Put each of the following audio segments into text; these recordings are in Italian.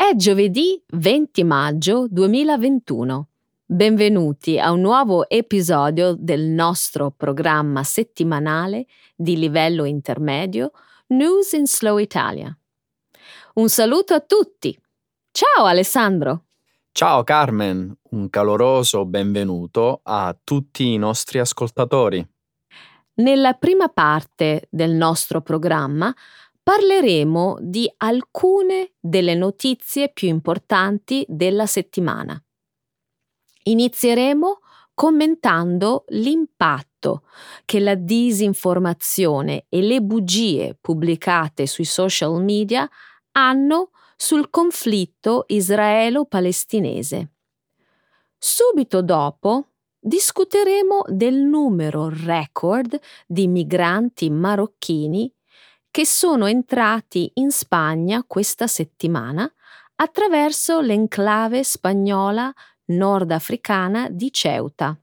È giovedì 20 maggio 2021. Benvenuti a un nuovo episodio del nostro programma settimanale di livello intermedio News in Slow Italia. Un saluto a tutti. Ciao Alessandro. Ciao Carmen, un caloroso benvenuto a tutti i nostri ascoltatori. Nella prima parte del nostro programma parleremo di alcune delle notizie più importanti della settimana. Inizieremo commentando l'impatto che la disinformazione e le bugie pubblicate sui social media hanno sul conflitto israelo-palestinese. Subito dopo discuteremo del numero record di migranti marocchini che sono entrati in Spagna questa settimana attraverso l'enclave spagnola nordafricana di Ceuta.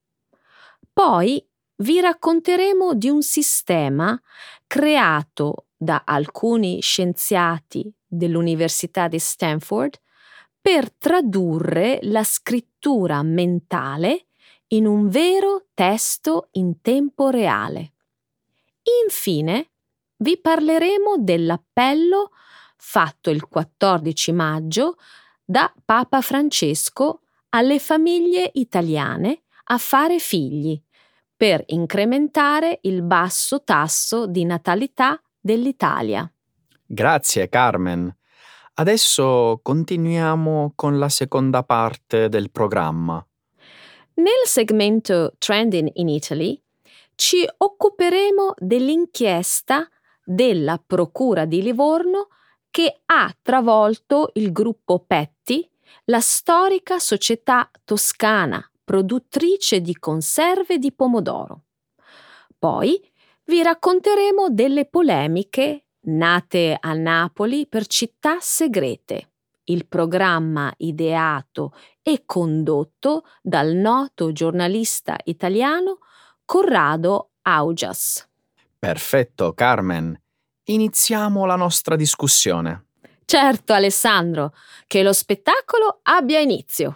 Poi vi racconteremo di un sistema creato da alcuni scienziati dell'Università di Stanford per tradurre la scrittura mentale in un vero testo in tempo reale. Infine, vi parleremo dell'appello fatto il 14 maggio da Papa Francesco alle famiglie italiane a fare figli per incrementare il basso tasso di natalità dell'Italia. Grazie Carmen. Adesso continuiamo con la seconda parte del programma. Nel segmento Trending in Italy ci occuperemo dell'inchiesta della Procura di Livorno che ha travolto il gruppo Petti, la storica società toscana produttrice di conserve di pomodoro. Poi vi racconteremo delle polemiche nate a Napoli per Città Segrete, il programma ideato e condotto dal noto giornalista italiano Corrado Augias. Perfetto Carmen. Iniziamo la nostra discussione. Certo Alessandro, che lo spettacolo abbia inizio.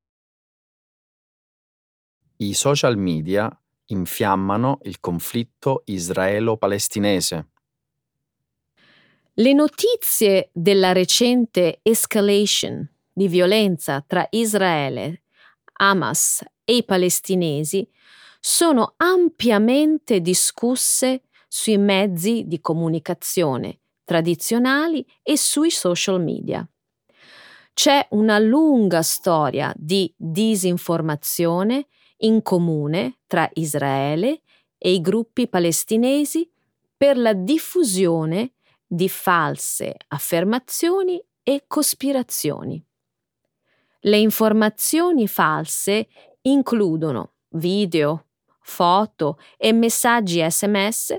I social media infiammano il conflitto israelo-palestinese. Le notizie della recente escalation di violenza tra Israele, Hamas e i palestinesi sono ampiamente discusse sui mezzi di comunicazione tradizionali e sui social media. C'è una lunga storia di disinformazione in comune tra Israele e i gruppi palestinesi per la diffusione di false affermazioni e cospirazioni. Le informazioni false includono video, foto e messaggi SMS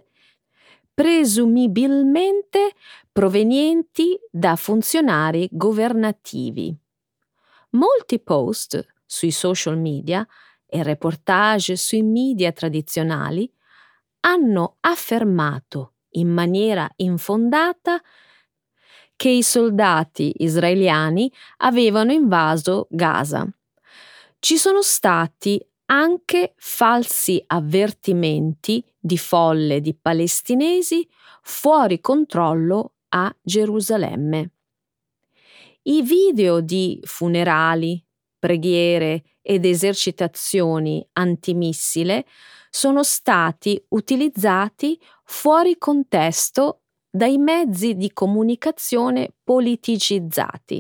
presumibilmente provenienti da funzionari governativi. Molti post sui social media e reportage sui media tradizionali hanno affermato in maniera infondata che i soldati israeliani avevano invaso Gaza. Ci sono stati anche falsi avvertimenti di folle di palestinesi fuori controllo a Gerusalemme. I video di funerali, preghiere ed esercitazioni antimissile sono stati utilizzati fuori contesto dai mezzi di comunicazione politicizzati.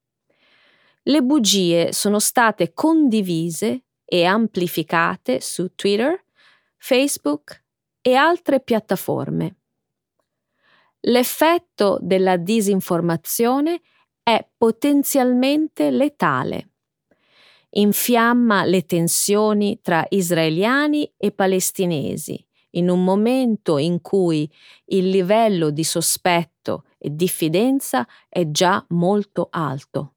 Le bugie sono state condivise e amplificate su Twitter, Facebook e altre piattaforme. L'effetto della disinformazione è potenzialmente letale. Infiamma le tensioni tra israeliani e palestinesi in un momento in cui il livello di sospetto e diffidenza è già molto alto.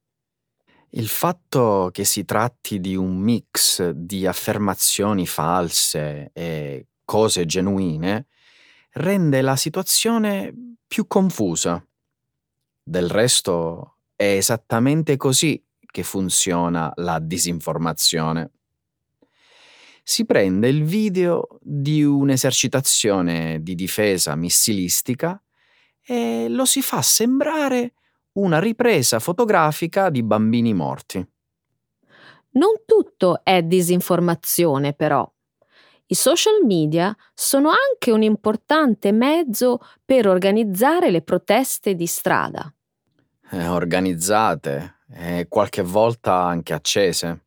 Il fatto che si tratti di un mix di affermazioni false e cose genuine rende la situazione più confusa. Del resto, È esattamente così che funziona la disinformazione. Si prende il video di un'esercitazione di difesa missilistica e lo si fa sembrare una ripresa fotografica di bambini morti. Non tutto è disinformazione, però. I social media sono anche un importante mezzo per organizzare le proteste di strada. Organizzate e qualche volta anche accese.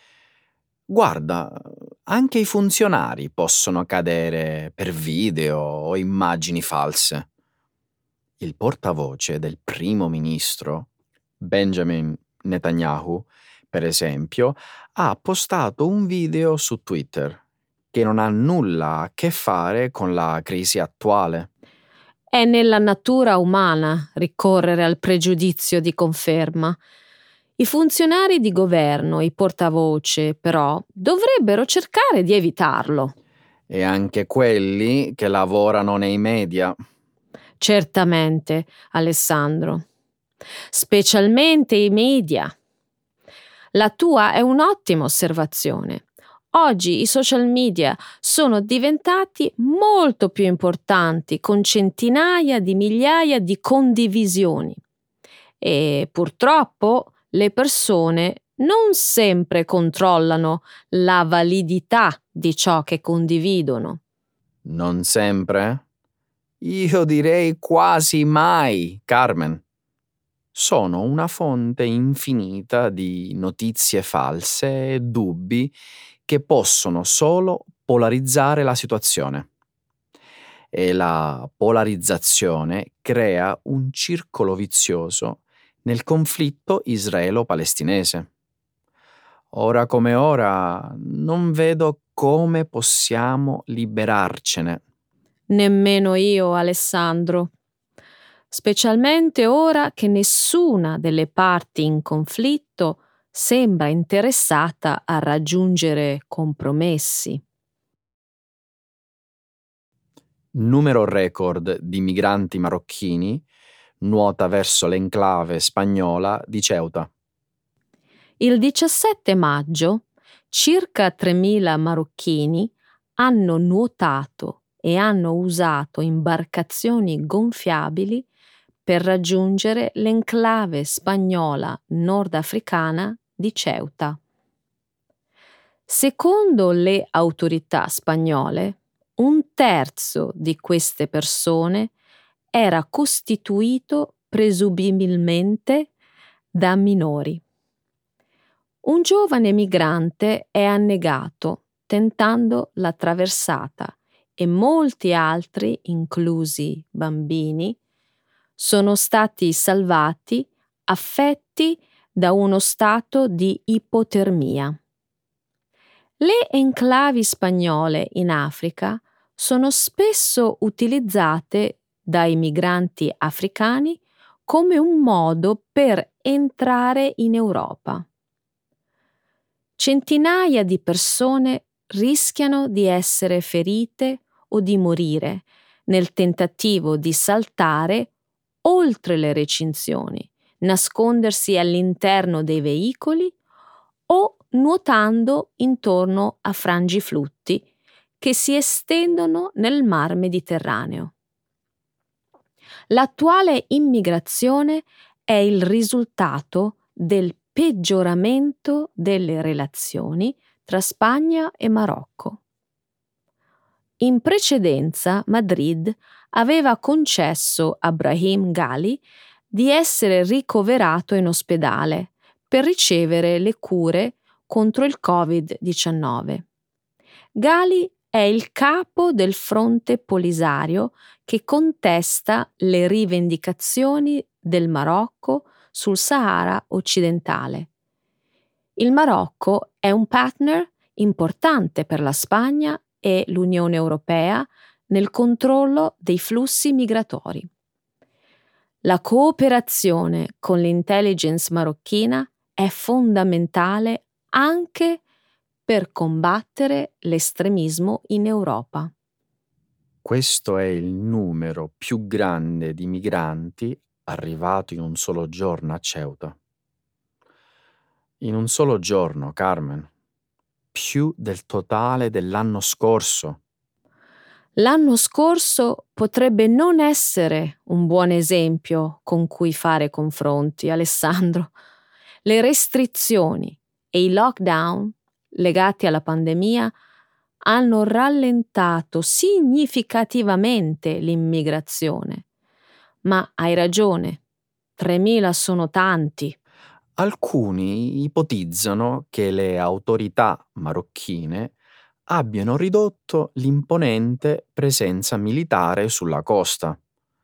Guarda, anche i funzionari possono cadere per video o immagini false. Il portavoce del primo ministro, Benjamin Netanyahu, per esempio, ha postato un video su Twitter che non ha nulla a che fare con la crisi attuale. È nella natura umana ricorrere al pregiudizio di conferma. I funzionari di governo, i portavoce, però, dovrebbero cercare di evitarlo. E anche quelli che lavorano nei media. Certamente, Alessandro. Specialmente i media. La tua è un'ottima osservazione. Oggi i social media sono diventati molto più importanti, con centinaia di migliaia di condivisioni. E purtroppo le persone non sempre controllano la validità di ciò che condividono. Non sempre? Io direi quasi mai, Carmen. Sono una fonte infinita di notizie false e dubbi che possono solo polarizzare la situazione. E la polarizzazione crea un circolo vizioso nel conflitto israelo-palestinese. Ora come ora non vedo come possiamo liberarcene. Nemmeno io, Alessandro. Specialmente ora che nessuna delle parti in conflitto sembra interessata a raggiungere compromessi. Numero record di migranti marocchini nuota verso l'enclave spagnola di Ceuta. Il 17 maggio circa 3.000 marocchini hanno nuotato e hanno usato imbarcazioni gonfiabili per raggiungere l'enclave spagnola nordafricana di Ceuta. Secondo le autorità spagnole, un terzo di queste persone era costituito presumibilmente da minori. Un giovane migrante è annegato tentando la traversata e molti altri, inclusi bambini, sono stati salvati affetti da uno stato di ipotermia. Le enclavi spagnole in Africa sono spesso utilizzate dai migranti africani come un modo per entrare in Europa. Centinaia di persone rischiano di essere ferite o di morire nel tentativo di saltare oltre le recinzioni, nascondersi all'interno dei veicoli o nuotando intorno a frangiflutti che si estendono nel Mar Mediterraneo. L'attuale immigrazione è il risultato del peggioramento delle relazioni tra Spagna e Marocco. In precedenza Madrid aveva concesso a Brahim Ghali di essere ricoverato in ospedale per ricevere le cure contro il Covid-19. Ghali è il capo del fronte polisario che contesta le rivendicazioni del Marocco sul Sahara occidentale. Il Marocco è un partner importante per la Spagna e l'Unione Europea nel controllo dei flussi migratori. La cooperazione con l'intelligence marocchina è fondamentale anche per combattere l'estremismo in Europa. Questo è il numero più grande di migranti arrivato in un solo giorno a Ceuta. In un solo giorno, Carmen. Più del totale dell'anno scorso. L'anno scorso potrebbe non essere un buon esempio con cui fare confronti, Alessandro. Le restrizioni e i lockdown legati alla pandemia hanno rallentato significativamente l'immigrazione. Ma hai ragione, 3.000 sono tanti. Alcuni ipotizzano che le autorità marocchine abbiano ridotto l'imponente presenza militare sulla costa,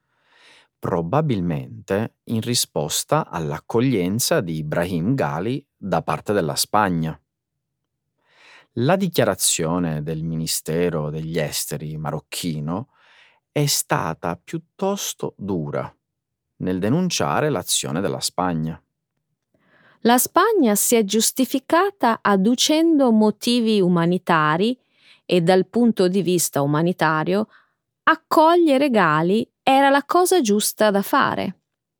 probabilmente in risposta all'accoglienza di Ibrahim Ghali da parte della Spagna. La dichiarazione del Ministero degli Esteri marocchino è stata piuttosto dura nel denunciare l'azione della Spagna. La Spagna si è giustificata adducendo motivi umanitari e dal punto di vista umanitario accogliere Ghali era la cosa giusta da fare.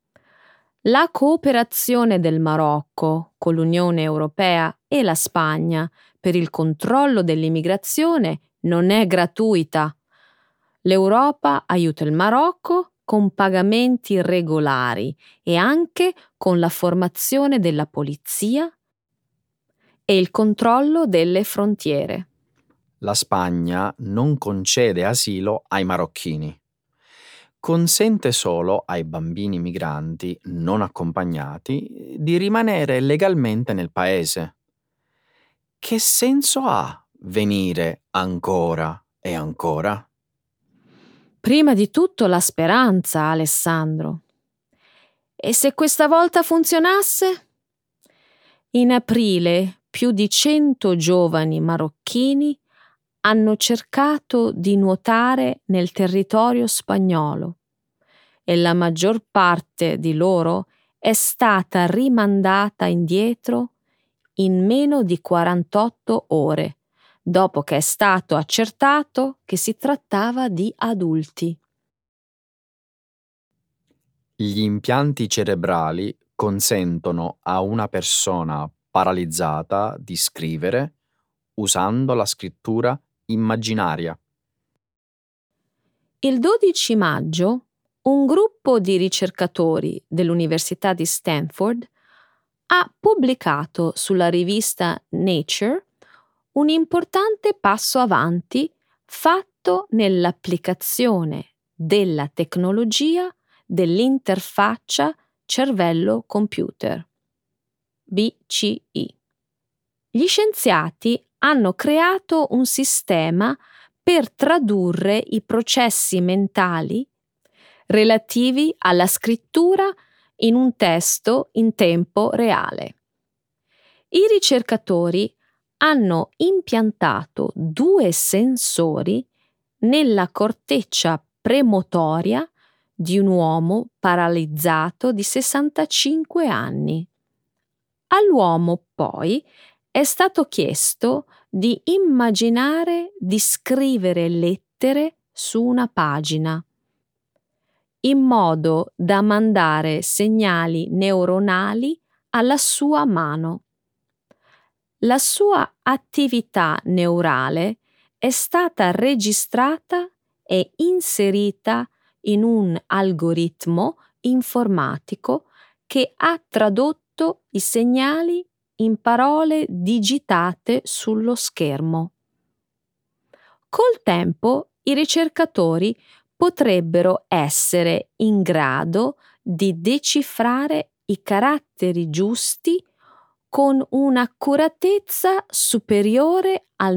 La cooperazione del Marocco con l'Unione Europea e la Spagna per il controllo dell'immigrazione non è gratuita. L'Europa aiuta il Marocco con pagamenti regolari e anche con la formazione della polizia e il controllo delle frontiere. La Spagna non concede asilo ai marocchini. Consente solo ai bambini migranti non accompagnati di rimanere legalmente nel paese. Che senso ha venire ancora e ancora? Prima di tutto la speranza, Alessandro. E se questa volta funzionasse? In aprile più di 100 giovani marocchini hanno cercato di nuotare nel territorio spagnolo e la maggior parte di loro è stata rimandata indietro in meno di 48 ore, dopo che è stato accertato che si trattava di adulti. Gli impianti cerebrali consentono a una persona paralizzata di scrivere usando la scrittura immaginaria. Il 12 maggio un gruppo di ricercatori dell'Università di Stanford ha pubblicato sulla rivista Nature un importante passo avanti fatto nell'applicazione della tecnologia dell'interfaccia cervello-computer, BCI. Gli scienziati hanno creato un sistema per tradurre i processi mentali relativi alla scrittura in un testo in tempo reale. I ricercatori hanno impiantato 2 sensori nella corteccia premotoria di un uomo paralizzato di 65 anni. All'uomo poi è stato chiesto di immaginare di scrivere lettere su una pagina, in modo da mandare segnali neuronali alla sua mano. La sua attività neurale è stata registrata e inserita in un algoritmo informatico che ha tradotto i segnali in parole digitate sullo schermo. Col tempo i ricercatori potrebbero essere in grado di decifrare i caratteri giusti con un'accuratezza superiore al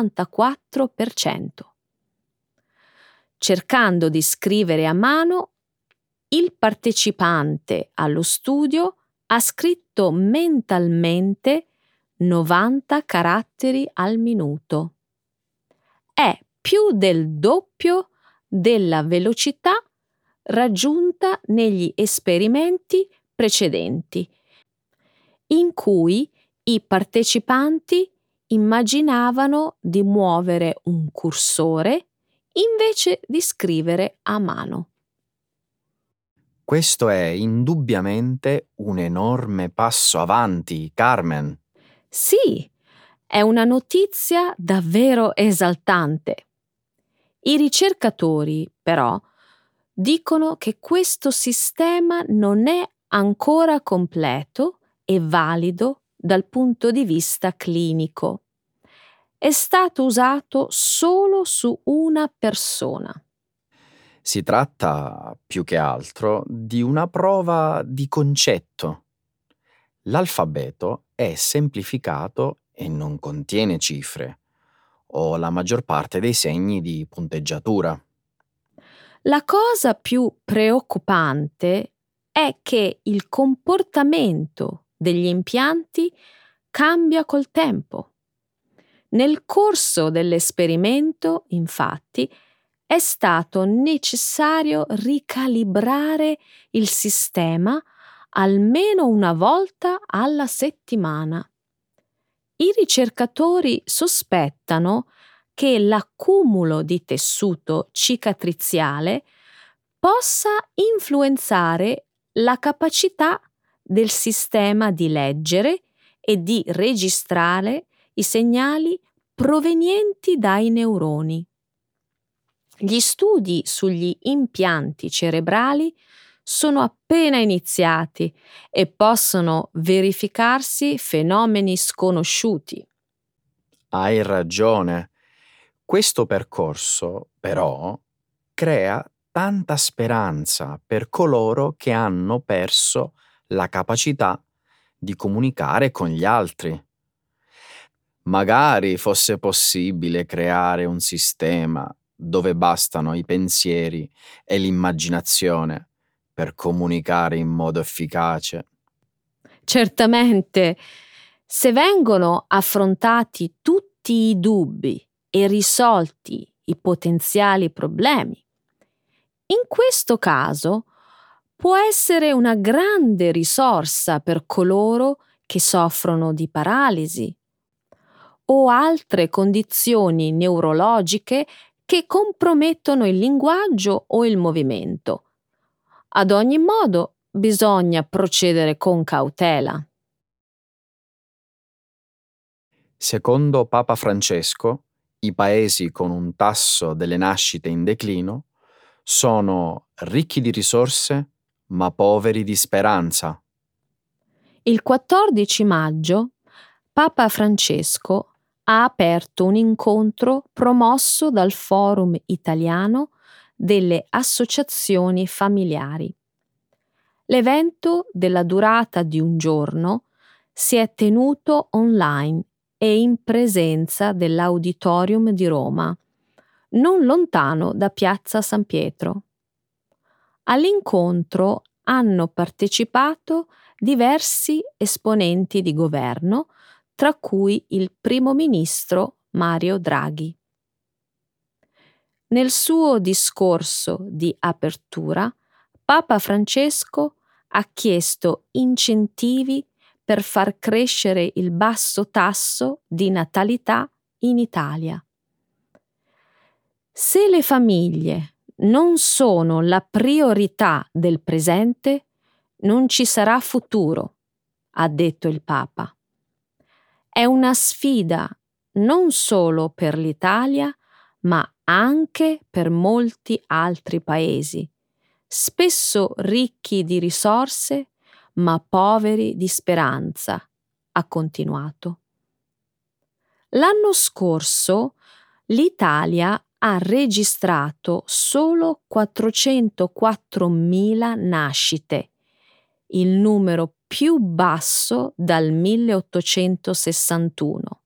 94%. Cercando di scrivere a mano, il partecipante allo studio ha scritto mentalmente 90 caratteri al minuto. È più del doppio della velocità raggiunta negli esperimenti precedenti, in cui i partecipanti immaginavano di muovere un cursore invece di scrivere a mano. Questo è indubbiamente un enorme passo avanti, Carmen. Sì, è una notizia davvero esaltante. I ricercatori, però, dicono che questo sistema non è ancora completo e valido dal punto di vista clinico. È stato usato solo su una persona. Si tratta, più che altro, di una prova di concetto. L'alfabeto è semplificato e non contiene cifre o la maggior parte dei segni di punteggiatura. La cosa più preoccupante è che il comportamento degli impianti cambia col tempo. Nel corso dell'esperimento, infatti, è stato necessario ricalibrare il sistema almeno una volta alla settimana. I ricercatori sospettano che l'accumulo di tessuto cicatriziale possa influenzare la capacità del sistema di leggere e di registrare i segnali provenienti dai neuroni. Gli studi sugli impianti cerebrali sono appena iniziati e possono verificarsi fenomeni sconosciuti. Hai ragione. Questo percorso, però, crea tanta speranza per coloro che hanno perso la capacità di comunicare con gli altri. Magari fosse possibile creare un sistema dove bastano i pensieri e l'immaginazione per comunicare in modo efficace. Certamente, se vengono affrontati tutti i dubbi e risolti i potenziali problemi, in questo caso può essere una grande risorsa per coloro che soffrono di paralisi o altre condizioni neurologiche che compromettono il linguaggio o il movimento. Ad ogni modo, bisogna procedere con cautela. Secondo Papa Francesco, i paesi con un tasso delle nascite in declino sono ricchi di risorse ma poveri di speranza. Il 14 maggio Papa Francesco ha aperto un incontro promosso dal Forum Italiano delle Associazioni Familiari. L'evento, della durata di un giorno, si è tenuto online e in presenza dell'Auditorium di Roma, non lontano da Piazza San Pietro. All'incontro hanno partecipato diversi esponenti di governo, tra cui il primo ministro Mario Draghi. Nel suo discorso di apertura, Papa Francesco ha chiesto incentivi per far crescere il basso tasso di natalità in Italia. Se le famiglie non sono la priorità del presente, non ci sarà futuro, ha detto il Papa. È una sfida non solo per l'Italia, ma anche per molti altri paesi, spesso ricchi di risorse, ma poveri di speranza, ha continuato. L'anno scorso l'Italia ha registrato solo 404.000 nascite, il numero più basso dal 1861.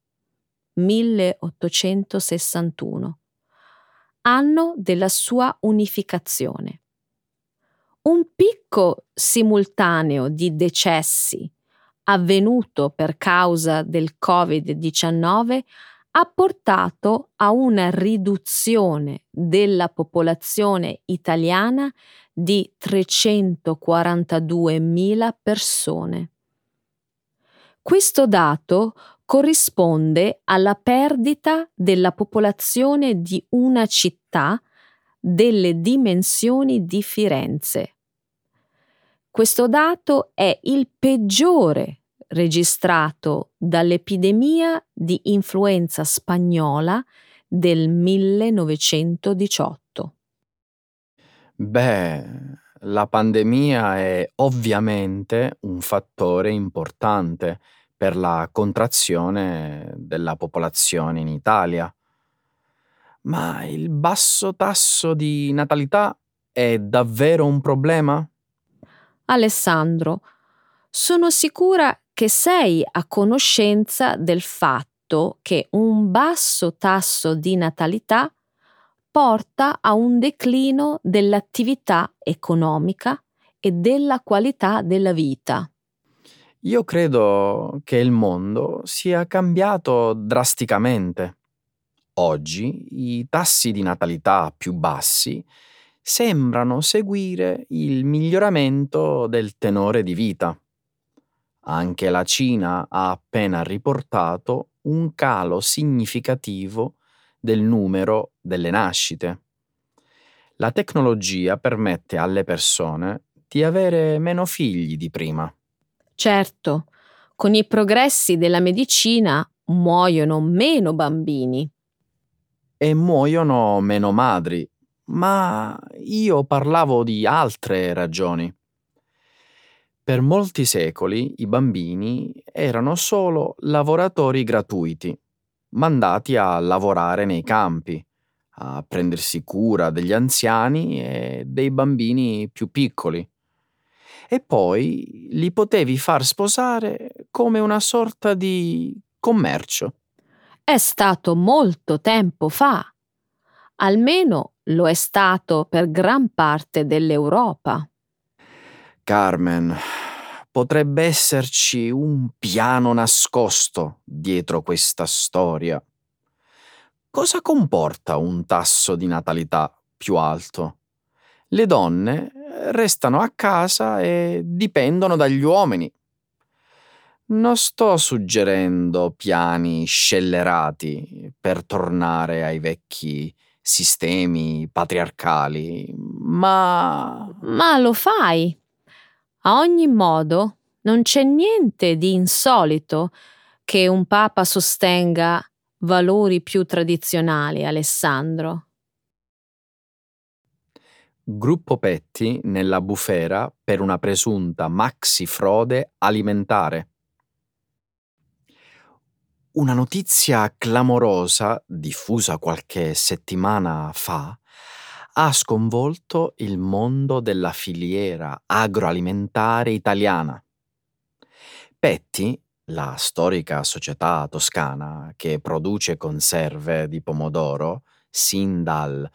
1861, anno della sua unificazione. Un picco simultaneo di decessi avvenuto per causa del Covid-19 ha portato a una riduzione della popolazione italiana di 342.000 persone. Questo dato corrisponde alla perdita della popolazione di una città delle dimensioni di Firenze. Questo dato è il peggiore registrato dall'epidemia di influenza spagnola del 1918. Beh, la pandemia è ovviamente un fattore importante per la contrazione della popolazione in Italia, ma il basso tasso di natalità è davvero un problema? Alessandro, sono sicura che sei a conoscenza del fatto che un basso tasso di natalità porta a un declino dell'attività economica e della qualità della vita. Io credo che il mondo sia cambiato drasticamente. Oggi i tassi di natalità più bassi sembrano seguire il miglioramento del tenore di vita. Anche la Cina ha appena riportato un calo significativo del numero delle nascite. La tecnologia permette alle persone di avere meno figli di prima. Certo, con i progressi della medicina muoiono meno bambini. E muoiono meno madri, ma io parlavo di altre ragioni. Per molti secoli i bambini erano solo lavoratori gratuiti, mandati a lavorare nei campi, a prendersi cura degli anziani e dei bambini più piccoli. E poi li potevi far sposare come una sorta di commercio. È stato molto tempo fa, almeno lo è stato per gran parte dell'Europa. Carmen, potrebbe esserci un piano nascosto dietro questa storia. Cosa comporta un tasso di natalità più alto? Le donne restano a casa e dipendono dagli uomini. Non sto suggerendo piani scellerati per tornare ai vecchi sistemi patriarcali, ma Ma lo fai. A ogni modo, non c'è niente di insolito che un papa sostenga valori più tradizionali, Alessandro. gruppo Petti nella bufera per una presunta maxi frode alimentare. Una notizia clamorosa, diffusa qualche settimana fa, ha sconvolto il mondo della filiera agroalimentare italiana. Petti, la storica società toscana che produce conserve di pomodoro sin dal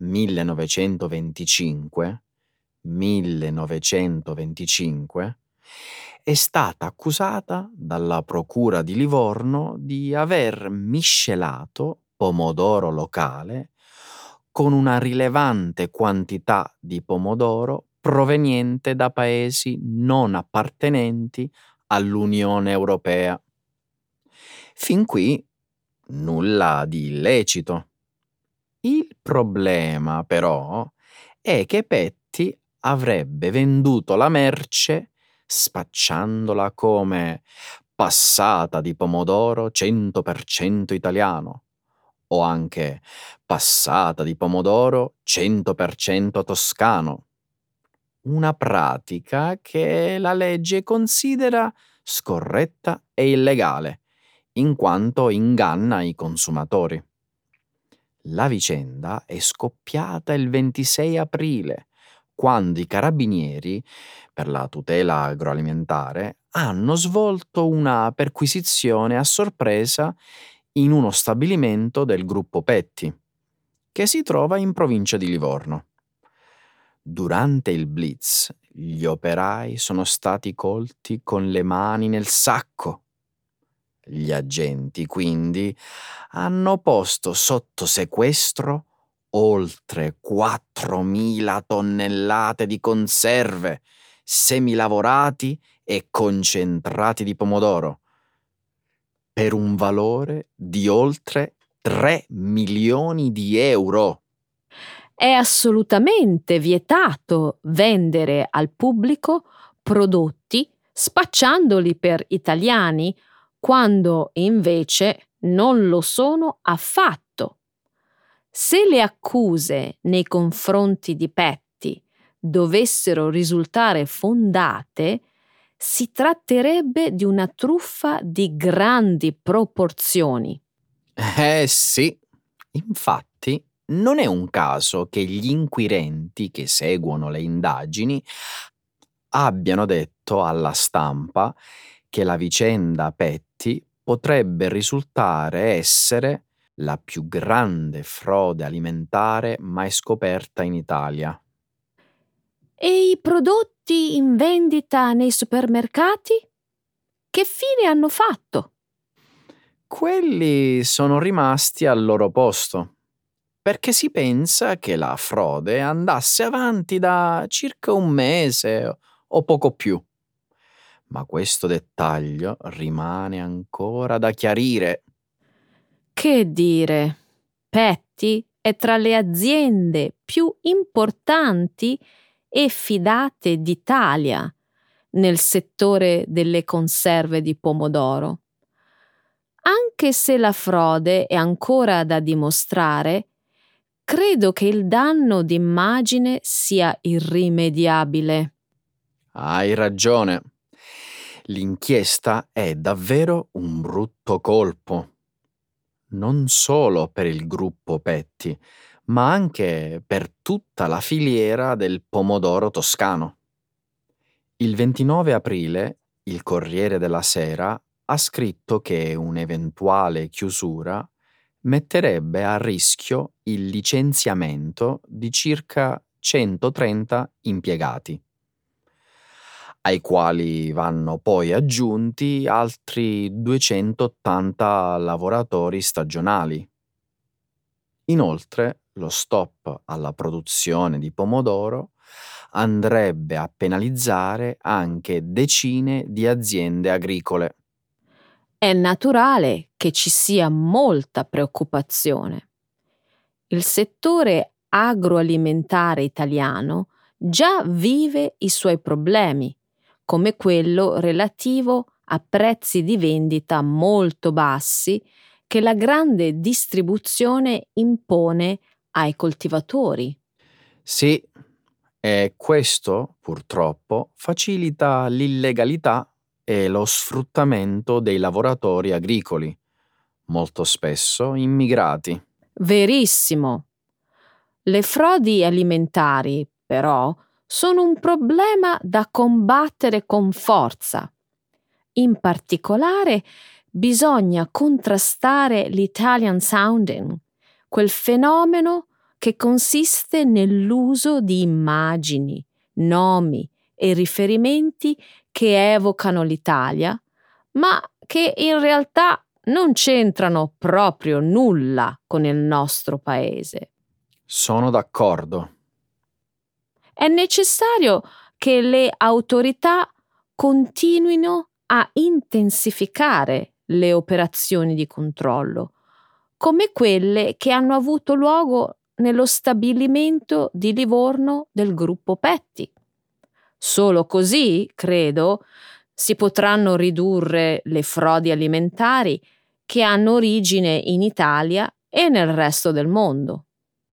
1925, è stata accusata dalla procura di Livorno di aver miscelato pomodoro locale con una rilevante quantità di pomodoro proveniente da paesi non appartenenti all'Unione Europea. Fin qui nulla di illecito. Il problema, però, è che Petti avrebbe venduto la merce spacciandola come passata di pomodoro 100% italiano o anche passata di pomodoro 100% toscano. Una pratica che la legge considera scorretta e illegale, in quanto inganna i consumatori. La vicenda è scoppiata il 26 aprile, quando i carabinieri, per la tutela agroalimentare, hanno svolto una perquisizione a sorpresa in uno stabilimento del gruppo Petti, che si trova in provincia di Livorno. Durante il blitz, gli operai sono stati colti con le mani nel sacco. Gli agenti, quindi, hanno posto sotto sequestro oltre 4.000 tonnellate di conserve, semilavorati e concentrati di pomodoro, per un valore di oltre 3 milioni di euro. È assolutamente vietato vendere al pubblico prodotti spacciandoli per italiani, quando invece non lo sono affatto. Se le accuse nei confronti di Petti dovessero risultare fondate, si tratterebbe di una truffa di grandi proporzioni. Sì, infatti non è un caso che gli inquirenti che seguono le indagini abbiano detto alla stampa che la vicenda Petti potrebbe risultare essere la più grande frode alimentare mai scoperta in Italia. E i prodotti in vendita nei supermercati? Che fine hanno fatto? Quelli sono rimasti al loro posto, perché si pensa che la frode andasse avanti da circa un mese o poco più. Ma questo dettaglio rimane ancora da chiarire. Che dire, Petti è tra le aziende più importanti e fidate d'Italia nel settore delle conserve di pomodoro. Anche se la frode è ancora da dimostrare, credo che il danno d'immagine sia irrimediabile. Hai ragione. L'inchiesta è davvero un brutto colpo, non solo per il gruppo Petti, ma anche per tutta la filiera del pomodoro toscano. Il 29 aprile il Corriere della Sera ha scritto che un'eventuale chiusura metterebbe a rischio il licenziamento di circa 130 impiegati, ai quali vanno poi aggiunti altri 280 lavoratori stagionali. Inoltre, lo stop alla produzione di pomodoro andrebbe a penalizzare anche decine di aziende agricole. È naturale che ci sia molta preoccupazione. Il settore agroalimentare italiano già vive i suoi problemi, come quello relativo a prezzi di vendita molto bassi che la grande distribuzione impone ai coltivatori. Sì, e questo purtroppo facilita l'illegalità e lo sfruttamento dei lavoratori agricoli, molto spesso immigrati. Verissimo. Le frodi alimentari, però, sono un problema da combattere con forza. In particolare, bisogna contrastare l'Italian sounding, quel fenomeno che consiste nell'uso di immagini, nomi e riferimenti che evocano l'Italia, ma che in realtà non c'entrano proprio nulla con il nostro paese. Sono d'accordo. È necessario che le autorità continuino a intensificare le operazioni di controllo, come quelle che hanno avuto luogo nello stabilimento di Livorno del gruppo Petti. Solo così, credo, si potranno ridurre le frodi alimentari che hanno origine in Italia e nel resto del mondo.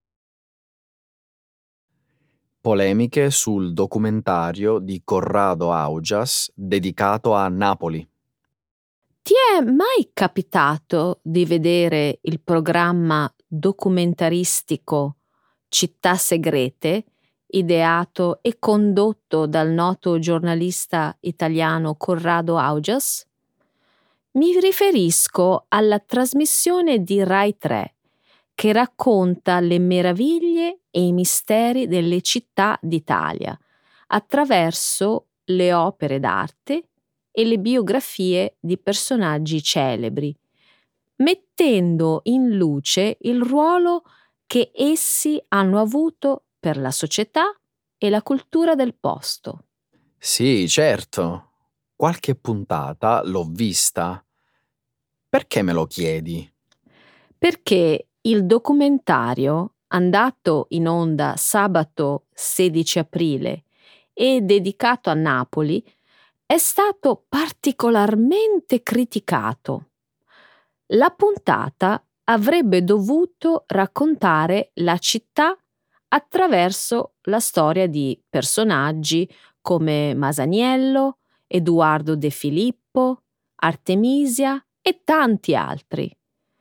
Polemiche sul documentario di Corrado Augias dedicato a Napoli. Ti è mai capitato di vedere il programma documentaristico Città Segrete, ideato e condotto dal noto giornalista italiano Corrado Augias? Mi riferisco alla trasmissione di Rai 3, che racconta le meraviglie e i misteri delle città d'Italia attraverso le opere d'arte e le biografie di personaggi celebri, mettendo in luce il ruolo che essi hanno avuto per la società e la cultura del posto. Sì, certo. Qualche puntata l'ho vista. Perché me lo chiedi? Perché il documentario, andato in onda sabato 16 aprile e dedicato a Napoli, è stato particolarmente criticato. La puntata avrebbe dovuto raccontare la città attraverso la storia di personaggi come Masaniello, Edoardo De Filippo, Artemisia e tanti altri.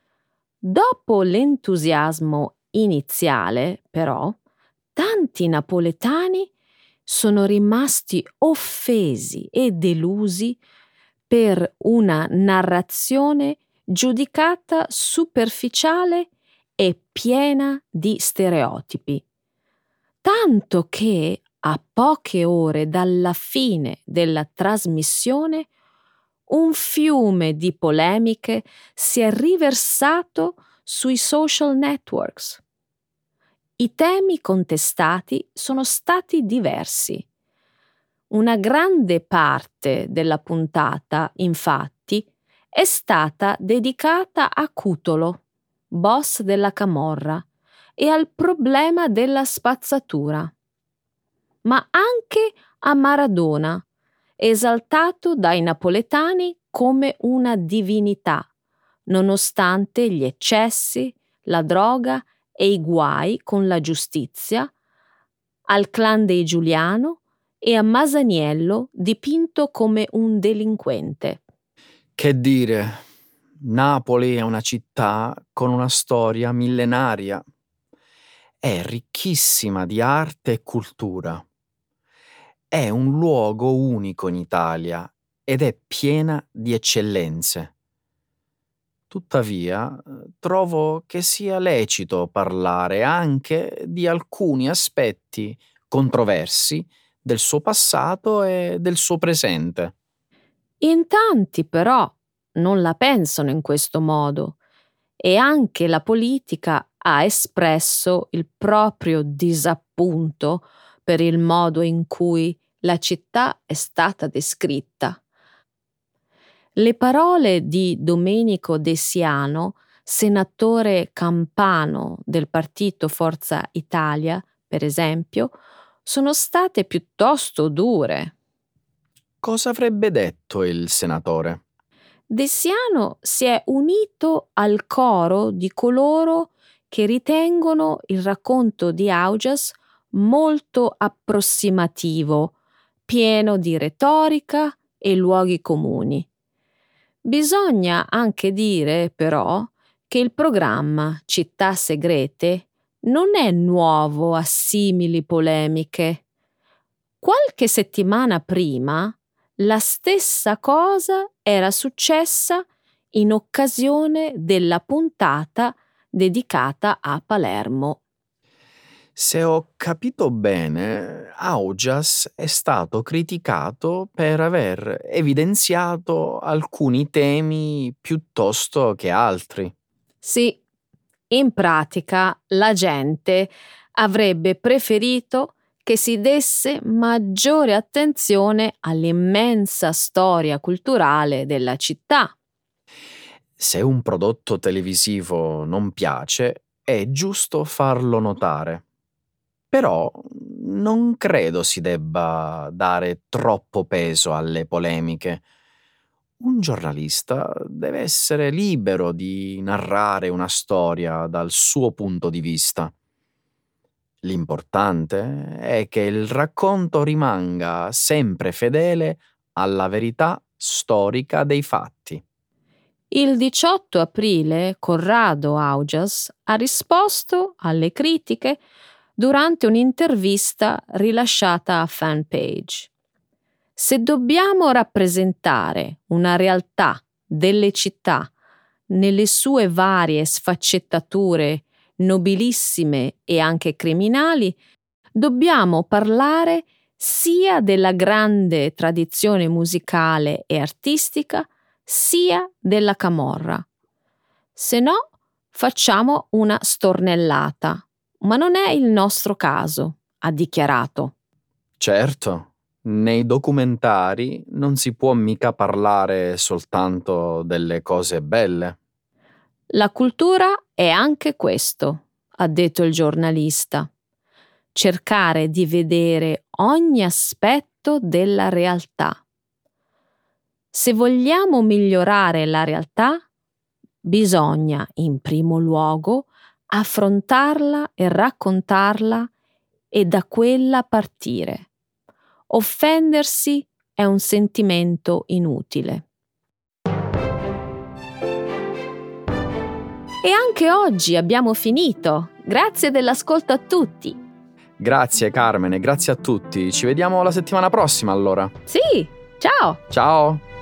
Dopo l'entusiasmo iniziale, però, tanti napoletani sono rimasti offesi e delusi per una narrazione giudicata superficiale e piena di stereotipi. Tanto che, a poche ore dalla fine della trasmissione, un fiume di polemiche si è riversato sui social networks. I temi contestati sono stati diversi. Una grande parte della puntata, infatti, è stata dedicata a Cutolo, boss della camorra, e al problema della spazzatura, ma anche a Maradona, esaltato dai napoletani come una divinità, nonostante gli eccessi, la droga e i guai con la giustizia, al clan dei Giuliano e a Masaniello dipinto come un delinquente. Che dire, Napoli è una città con una storia millenaria. È ricchissima di arte e cultura. È un luogo unico in Italia ed è piena di eccellenze. Tuttavia, trovo che sia lecito parlare anche di alcuni aspetti controversi del suo passato e del suo presente. In tanti però non la pensano in questo modo e anche la politica ha espresso il proprio disappunto per il modo in cui la città è stata descritta. Le parole di Domenico De Siano, senatore campano del partito Forza Italia, per esempio, sono state piuttosto dure. Cosa avrebbe detto il senatore? De Siano si è unito al coro di coloro che ritengono il racconto di Augias molto approssimativo, pieno di retorica e luoghi comuni. Bisogna anche dire, però, che il programma Città Segrete non è nuovo a simili polemiche. Qualche settimana prima, la stessa cosa era successa in occasione della puntata dedicata a Palermo. Se ho capito bene, Augias è stato criticato per aver evidenziato alcuni temi piuttosto che altri. Sì, in pratica la gente avrebbe preferito che si desse maggiore attenzione all'immensa storia culturale della città. Se un prodotto televisivo non piace, è giusto farlo notare. Però non credo si debba dare troppo peso alle polemiche. Un giornalista deve essere libero di narrare una storia dal suo punto di vista. L'importante è che il racconto rimanga sempre fedele alla verità storica dei fatti. Il 18 aprile Corrado Augias ha risposto alle critiche durante un'intervista rilasciata a Fanpage. Se dobbiamo rappresentare una realtà delle città nelle sue varie sfaccettature nobilissime e anche criminali, dobbiamo parlare sia della grande tradizione musicale e artistica, sia della camorra. Se no, facciamo una stornellata, ma non è il nostro caso, ha dichiarato. Certo, nei documentari non si può mica parlare soltanto delle cose belle. La cultura è anche questo, ha detto il giornalista. cercare di vedere ogni aspetto della realtà. Se vogliamo migliorare la realtà, bisogna, in primo luogo, affrontarla e raccontarla e da quella partire. Offendersi è un sentimento inutile. E anche oggi abbiamo finito. Grazie dell'ascolto a tutti. Grazie Carmine, grazie a tutti. Ci vediamo la settimana prossima allora. Sì, ciao! Ciao!